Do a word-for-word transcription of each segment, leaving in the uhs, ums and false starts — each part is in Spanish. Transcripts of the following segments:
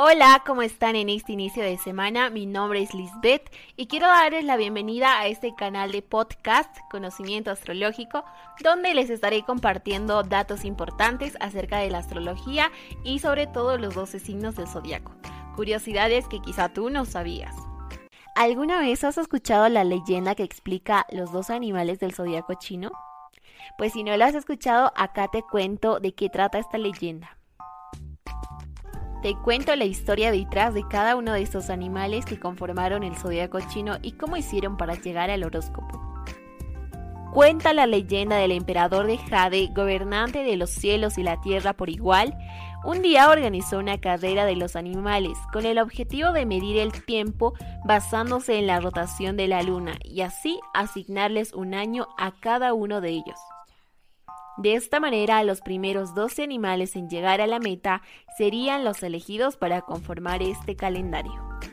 Hola, ¿cómo están en este inicio de semana? Mi nombre es Lisbeth y quiero darles la bienvenida a este canal de podcast Conocimiento Astrológico, donde les estaré compartiendo datos importantes acerca de la astrología y sobre todo los doce signos del zodiaco. Curiosidades que quizá tú no sabías. ¿Alguna vez has escuchado la leyenda que explica los dos animales del zodiaco chino? Pues si no lo has escuchado, acá te cuento de qué trata esta leyenda. Te cuento la historia detrás de cada uno de estos animales que conformaron el zodiaco chino y cómo hicieron para llegar al horóscopo. Cuenta la leyenda del emperador de Jade, gobernante de los cielos y la tierra por igual. Un día organizó una carrera de los animales con el objetivo de medir el tiempo basándose en la rotación de la luna y así asignarles un año a cada uno de ellos. De esta manera, los primeros doce animales en llegar a la meta serían los elegidos para conformar este calendario.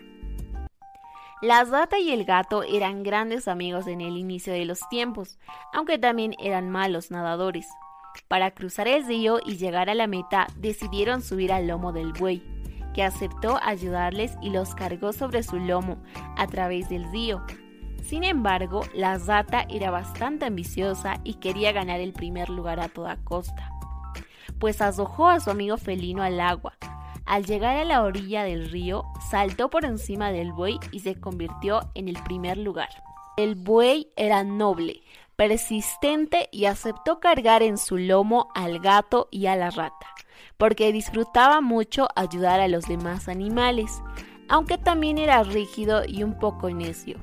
La rata y el gato eran grandes amigos en el inicio de los tiempos, aunque también eran malos nadadores. Para cruzar el río y llegar a la meta, decidieron subir al lomo del buey, que aceptó ayudarles y los cargó sobre su lomo a través del río. Sin embargo, la rata era bastante ambiciosa y quería ganar el primer lugar a toda costa, pues arrojó a su amigo felino al agua. Al llegar a la orilla del río, saltó por encima del buey y se convirtió en el primer lugar. El buey era noble, persistente y aceptó cargar en su lomo al gato y a la rata, porque disfrutaba mucho ayudar a los demás animales, aunque también era rígido y un poco necio.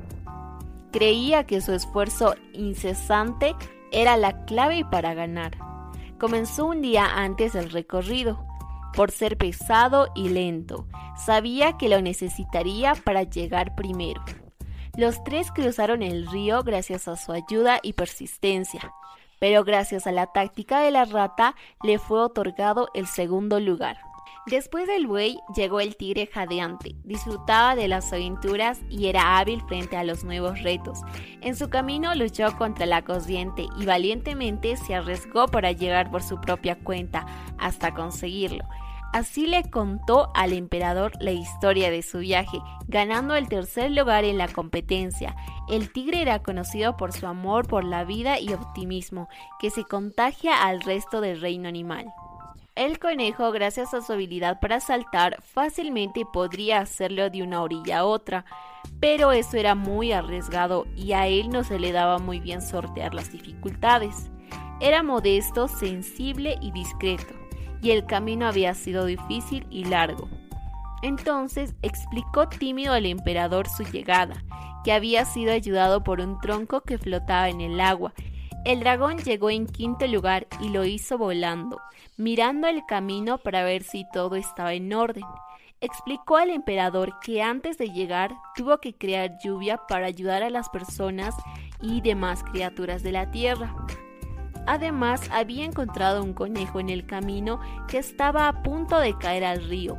Creía que su esfuerzo incesante era la clave para ganar. Comenzó un día antes del recorrido. Por ser pesado y lento, sabía que lo necesitaría para llegar primero. Los tres cruzaron el río gracias a su ayuda y persistencia, pero gracias a la táctica de la rata le fue otorgado el segundo lugar. Después del buey llegó el tigre jadeante, disfrutaba de las aventuras y era hábil frente a los nuevos retos. En su camino luchó contra la corriente y valientemente se arriesgó para llegar por su propia cuenta hasta conseguirlo. Así le contó al emperador la historia de su viaje, ganando el tercer lugar en la competencia. El tigre era conocido por su amor por la vida y optimismo, que se contagia al resto del reino animal. El conejo, gracias a su habilidad para saltar, fácilmente podría hacerlo de una orilla a otra, pero eso era muy arriesgado y a él no se le daba muy bien sortear las dificultades. Era modesto, sensible y discreto, y el camino había sido difícil y largo. Entonces explicó tímido al emperador su llegada, que había sido ayudado por un tronco que flotaba en el agua. El dragón llegó en quinto lugar y lo hizo volando, mirando el camino para ver si todo estaba en orden. Explicó al emperador que antes de llegar tuvo que crear lluvia para ayudar a las personas y demás criaturas de la tierra. Además, había encontrado un conejo en el camino que estaba a punto de caer al río.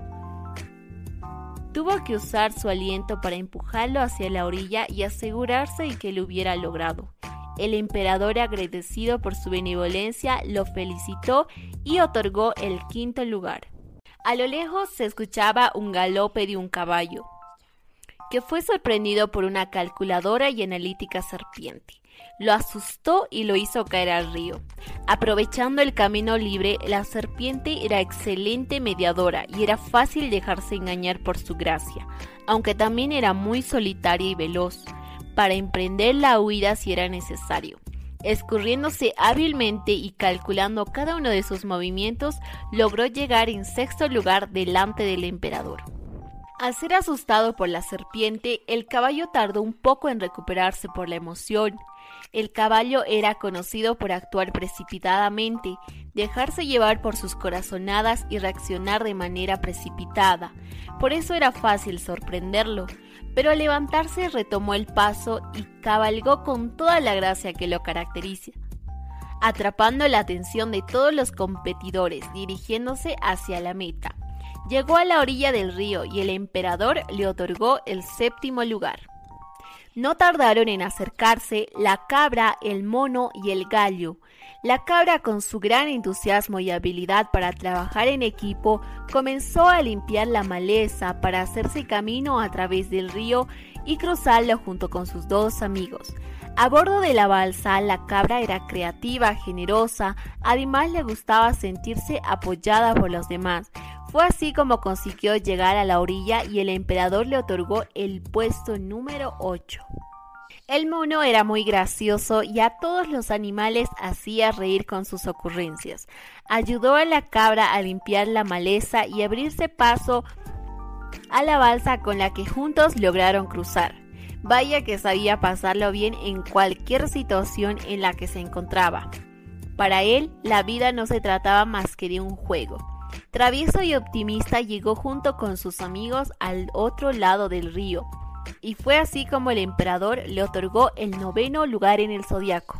Tuvo que usar su aliento para empujarlo hacia la orilla y asegurarse de que lo hubiera logrado. El emperador, agradecido por su benevolencia, lo felicitó y otorgó el quinto lugar. A lo lejos se escuchaba un galope de un caballo, que fue sorprendido por una calculadora y analítica serpiente. Lo asustó y lo hizo caer al río. Aprovechando el camino libre, la serpiente era excelente mediadora y era fácil dejarse engañar por su gracia, aunque también era muy solitaria y veloz, para emprender la huida si era necesario. Escurriéndose hábilmente y calculando cada uno de sus movimientos, logró llegar en sexto lugar delante del emperador. Al ser asustado por la serpiente, el caballo tardó un poco en recuperarse por la emoción. El caballo era conocido por actuar precipitadamente, dejarse llevar por sus corazonadas y reaccionar de manera precipitada. Por eso era fácil sorprenderlo, pero al levantarse retomó el paso y cabalgó con toda la gracia que lo caracteriza, atrapando la atención de todos los competidores, dirigiéndose hacia la meta. Llegó a la orilla del río y el emperador le otorgó el séptimo lugar. No tardaron en acercarse la cabra, el mono y el gallo. La cabra, con su gran entusiasmo y habilidad para trabajar en equipo, comenzó a limpiar la maleza para hacerse camino a través del río y cruzarlo junto con sus dos amigos. A bordo de la balsa, la cabra era creativa, generosa, además le gustaba sentirse apoyada por los demás. Fue así como consiguió llegar a la orilla y el emperador le otorgó el puesto número ocho. El mono era muy gracioso y a todos los animales hacía reír con sus ocurrencias. Ayudó a la cabra a limpiar la maleza y abrirse paso a la balsa con la que juntos lograron cruzar. Vaya que sabía pasarlo bien en cualquier situación en la que se encontraba. Para él, la vida no se trataba más que de un juego. Travieso y optimista, llegó junto con sus amigos al otro lado del río, y fue así como el emperador le otorgó el noveno lugar en el zodiaco.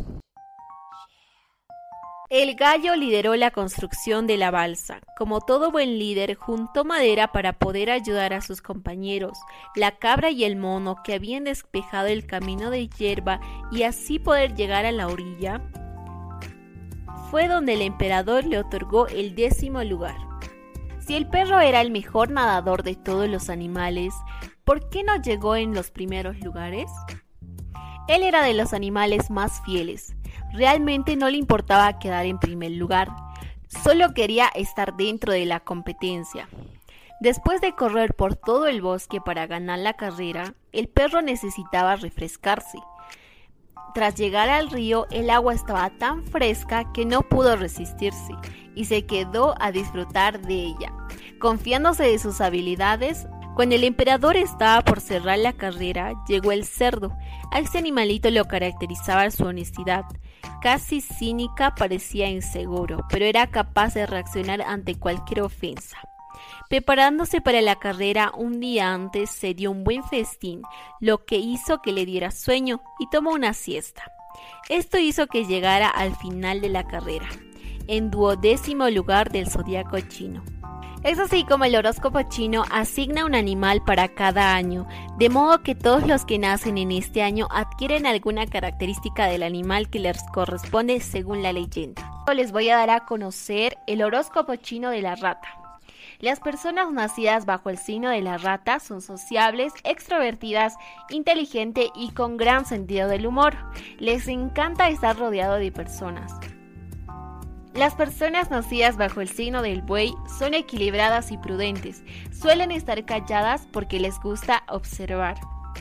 El gallo lideró la construcción de la balsa. Como todo buen líder, juntó madera para poder ayudar a sus compañeros, la cabra y el mono, que habían despejado el camino de hierba y así poder llegar a la orilla. Fue donde el emperador le otorgó el décimo lugar. Si el perro era el mejor nadador de todos los animales, ¿por qué no llegó en los primeros lugares? Él era de los animales más fieles. Realmente no le importaba quedar en primer lugar, solo quería estar dentro de la competencia. Después de correr por todo el bosque para ganar la carrera, el perro necesitaba refrescarse. Tras llegar al río, el agua estaba tan fresca que no pudo resistirse y se quedó a disfrutar de ella. Confiándose de sus habilidades, cuando el emperador estaba por cerrar la carrera, llegó el cerdo. A este animalito lo caracterizaba su honestidad. Casi cínica, parecía inseguro, pero era capaz de reaccionar ante cualquier ofensa. Preparándose para la carrera un día antes, se dio un buen festín, lo que hizo que le diera sueño y tomó una siesta. Esto hizo que llegara al final de la carrera, en duodécimo lugar del zodiaco chino. Es así como el horóscopo chino asigna un animal para cada año, de modo que todos los que nacen en este año adquieren alguna característica del animal que les corresponde según la leyenda. Les voy a dar a conocer el horóscopo chino de la rata. Las personas nacidas bajo el signo de la rata son sociables, extrovertidas, inteligentes y con gran sentido del humor. Les encanta estar rodeado de personas. Las personas nacidas bajo el signo del buey son equilibradas y prudentes. Suelen estar calladas porque les gusta observar.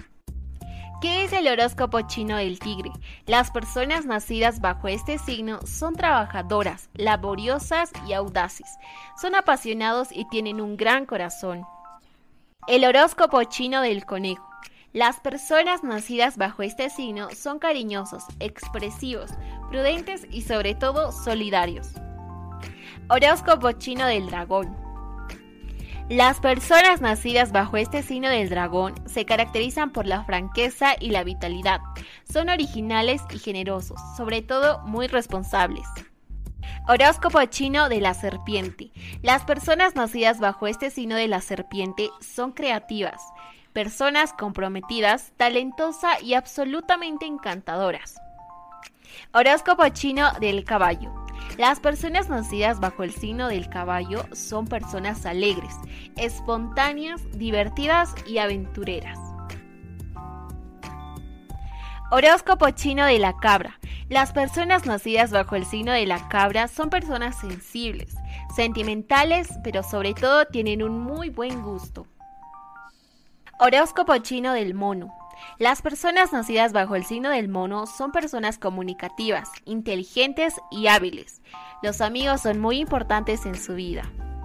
¿Qué es el horóscopo chino del tigre? Las personas nacidas bajo este signo son trabajadoras, laboriosas y audaces. Son apasionados y tienen un gran corazón. El horóscopo chino del conejo. Las personas nacidas bajo este signo son cariñosos, expresivos, prudentes y sobre todo solidarios. Horóscopo chino del dragón. Las personas nacidas bajo este signo del dragón se caracterizan por la franqueza y la vitalidad. Son originales y generosos, sobre todo muy responsables. Horóscopo chino de la serpiente. Las personas nacidas bajo este signo de la serpiente son creativas, personas comprometidas, talentosas y absolutamente encantadoras. Horóscopo chino del caballo. Las personas nacidas bajo el signo del caballo son personas alegres, espontáneas, divertidas y aventureras. Horóscopo chino de la cabra. Las personas nacidas bajo el signo de la cabra son personas sensibles, sentimentales, pero sobre todo tienen un muy buen gusto. Horóscopo chino del mono. Las personas nacidas bajo el signo del mono son personas comunicativas, inteligentes y hábiles. Los amigos son muy importantes en su vida.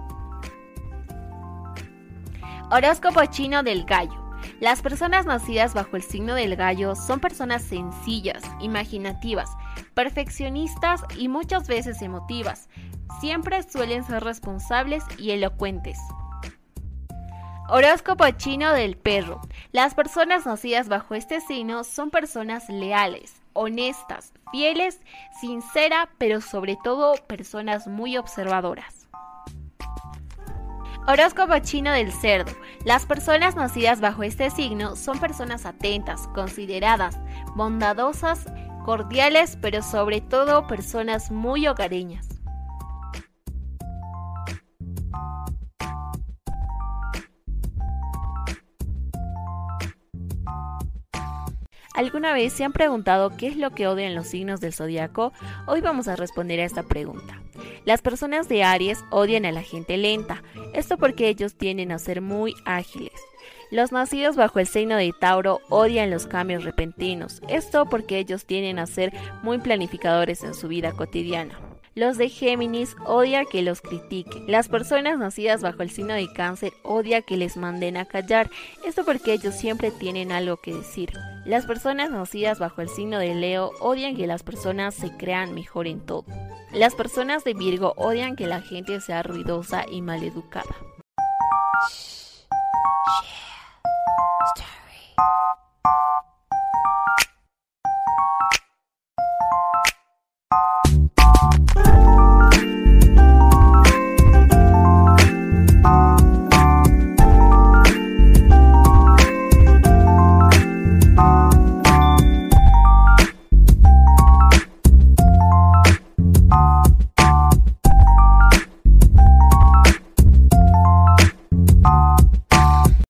Horóscopo chino del gallo. Las personas nacidas bajo el signo del gallo son personas sencillas, imaginativas, perfeccionistas y muchas veces emotivas. Siempre suelen ser responsables y elocuentes. Horóscopo chino del perro. Las personas nacidas bajo este signo son personas leales, honestas, fieles, sinceras, pero sobre todo personas muy observadoras. Horóscopo chino del cerdo. Las personas nacidas bajo este signo son personas atentas, consideradas, bondadosas, cordiales, pero sobre todo personas muy hogareñas. ¿Alguna vez se han preguntado qué es lo que odian los signos del zodiaco? Hoy vamos a responder a esta pregunta. Las personas de Aries odian a la gente lenta, esto porque ellos tienden a ser muy ágiles. Los nacidos bajo el signo de Tauro odian los cambios repentinos, esto porque ellos tienden a ser muy planificadores en su vida cotidiana. Los de Géminis odian que los critiquen. Las personas nacidas bajo el signo de Cáncer odian que les manden a callar, esto porque ellos siempre tienen algo que decir. Las personas nacidas bajo el signo de Leo odian que las personas se crean mejor en todo. Las personas de Virgo odian que la gente sea ruidosa y maleducada. Shh, share, story.